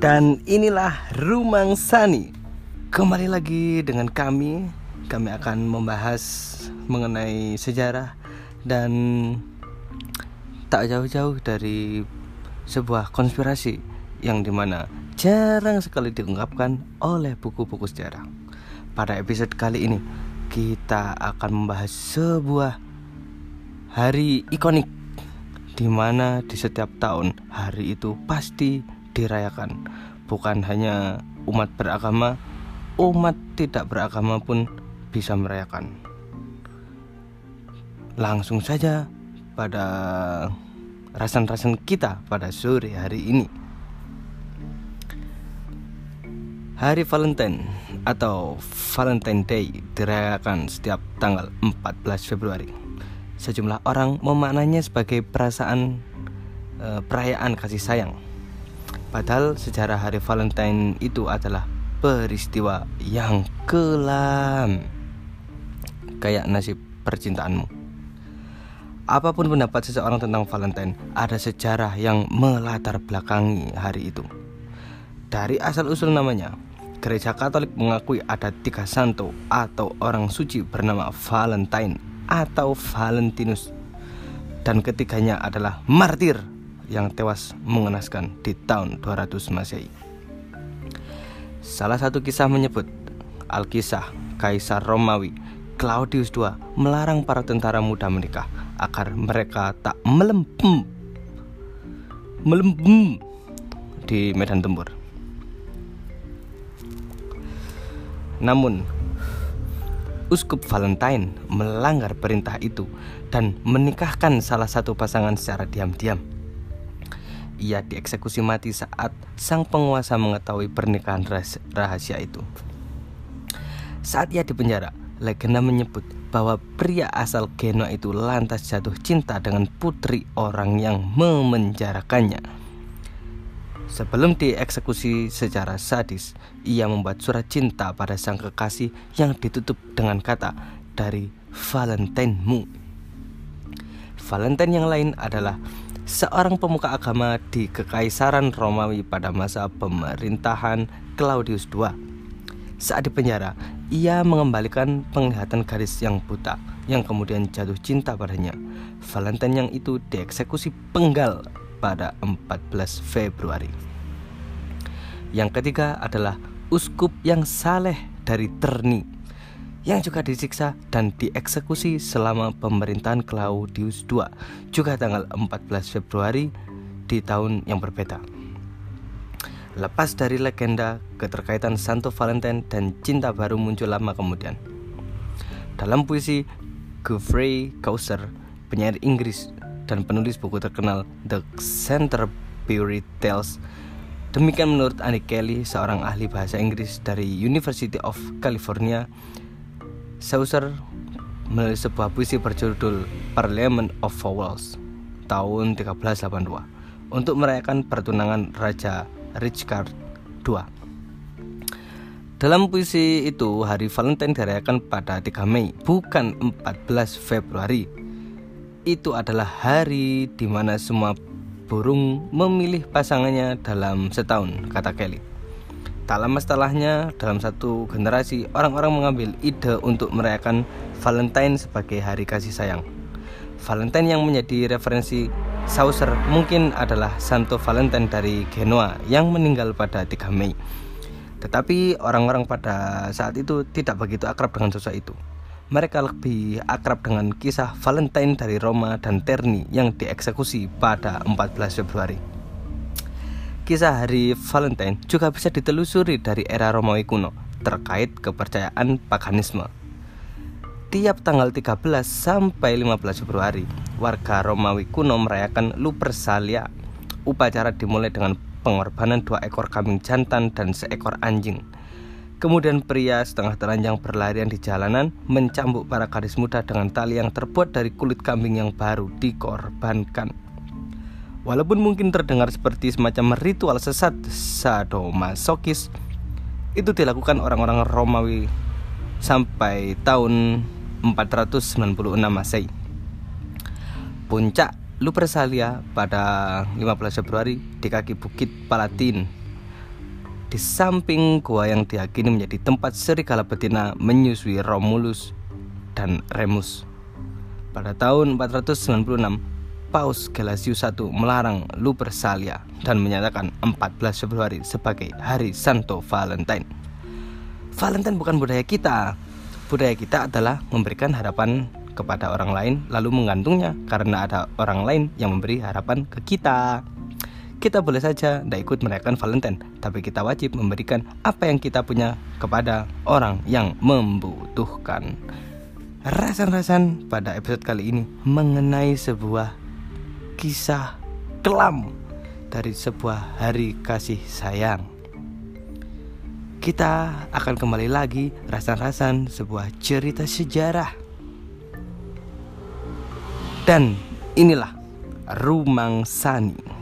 Dan inilah Rumang Sani. Kembali lagi dengan kami. Kami akan membahas mengenai sejarah dan tak jauh-jauh dari sebuah konspirasi yang dimana jarang sekali diungkapkan oleh buku-buku sejarah. Pada episode kali ini kita akan membahas sebuah hari ikonik di mana di setiap tahun hari itu pasti dirayakan. Bukan hanya umat beragama, umat tidak beragama pun bisa merayakan. Langsung saja pada rasan-rasan kita pada sore hari ini. Hari Valentine atau Valentine Day dirayakan setiap tanggal 14 Februari. Sejumlah orang memaknainya sebagai perayaan kasih sayang. Padahal sejarah hari Valentine itu adalah peristiwa yang kelam, kayak nasib percintaanmu. Apapun pendapat seseorang tentang Valentine, ada sejarah yang melatar belakangi hari itu. Dari asal-usul namanya, Gereja Katolik mengakui ada 3 santo atau orang suci bernama Valentine atau Valentinus, dan ketiganya adalah martir yang tewas mengenaskan di tahun 200 Masehi. Salah satu kisah menyebut Alkisah Kaisar Romawi Claudius II melarang para tentara muda menikah agar mereka tak melempem di medan tempur. Namun Uskup Valentine melanggar perintah itu dan menikahkan salah satu pasangan secara diam-diam. Ia dieksekusi mati saat sang penguasa mengetahui pernikahan rahasia itu. Saat ia dipenjara, legenda menyebut bahwa pria asal Genoa itu lantas jatuh cinta dengan putri orang yang memenjarakannya. Sebelum dieksekusi secara sadis, ia membuat surat cinta pada sang kekasih yang ditutup dengan kata "dari Valentine-mu". Valentine yang lain adalah seorang pemuka agama di Kekaisaran Romawi pada masa pemerintahan Claudius II. Saat di penjara, ia mengembalikan penglihatan gadis yang buta yang kemudian jatuh cinta padanya. Valentine yang itu dieksekusi penggal pada 14 Februari. Yang ketiga adalah uskup yang saleh dari Terni, yang juga disiksa dan dieksekusi selama pemerintahan Claudius II, juga tanggal 14 Februari di tahun yang berbeda. Lepas dari legenda, keterkaitan Santo Valentine dan cinta baru muncul lama kemudian. Dalam puisi Geoffrey Chaucer, penyair Inggris dan penulis buku terkenal The Canterbury Tales, demikian menurut Annie Kelly, seorang ahli bahasa Inggris dari University of California, Chaucer menulis sebuah puisi berjudul Parliament of Fowls tahun 1382 untuk merayakan pertunangan Raja Richard II. Dalam puisi itu, hari Valentine dirayakan pada 3 Mei, bukan 14 Februari. Itu adalah hari di mana semua burung memilih pasangannya dalam setahun, kata Kelly. Tak lama setelahnya, dalam satu generasi, orang-orang mengambil ide untuk merayakan Valentine sebagai hari kasih sayang. Valentine yang menjadi referensi Chaucer mungkin adalah Santo Valentine dari Genoa yang meninggal pada 3 Mei. Tetapi orang-orang pada saat itu tidak begitu akrab dengan sosok itu. Mereka lebih akrab dengan kisah Valentine dari Roma dan Terni yang dieksekusi pada 14 Februari. Kisah hari Valentine juga bisa ditelusuri dari era Romawi kuno terkait kepercayaan paganisme. Tiap tanggal 13 sampai 15 Februari, warga Romawi kuno merayakan Lupercalia. Upacara dimulai dengan pengorbanan 2 ekor kambing jantan dan seekor anjing. Kemudian pria setengah telanjang berlarian di jalanan mencambuk para gadis muda dengan tali yang terbuat dari kulit kambing yang baru dikorbankan. Walaupun mungkin terdengar seperti semacam ritual sesat sadomasokis, itu dilakukan orang-orang Romawi sampai tahun 496 Masehi. Puncak Lupercalia pada 15 Februari di kaki Bukit Palatin. di samping gua yang diyakini menjadi tempat serigala betina menyusui Romulus dan Remus. Pada tahun 496, Paus Gelasius I melarang Lupercalia dan menyatakan 14 Februari sebagai Hari Santo Valentine. Valentine bukan budaya kita. Budaya kita adalah memberikan harapan kepada orang lain lalu menggantungnya karena ada orang lain yang memberi harapan ke kita. Kita boleh saja tidak ikut merayakan Valentine, tapi kita wajib memberikan apa yang kita punya kepada orang yang membutuhkan. Rasan-rasan pada episode kali ini mengenai sebuah kisah kelam dari sebuah hari kasih sayang. Kita akan kembali lagi rasan-rasan sebuah cerita sejarah. Dan inilah Rumang Sani.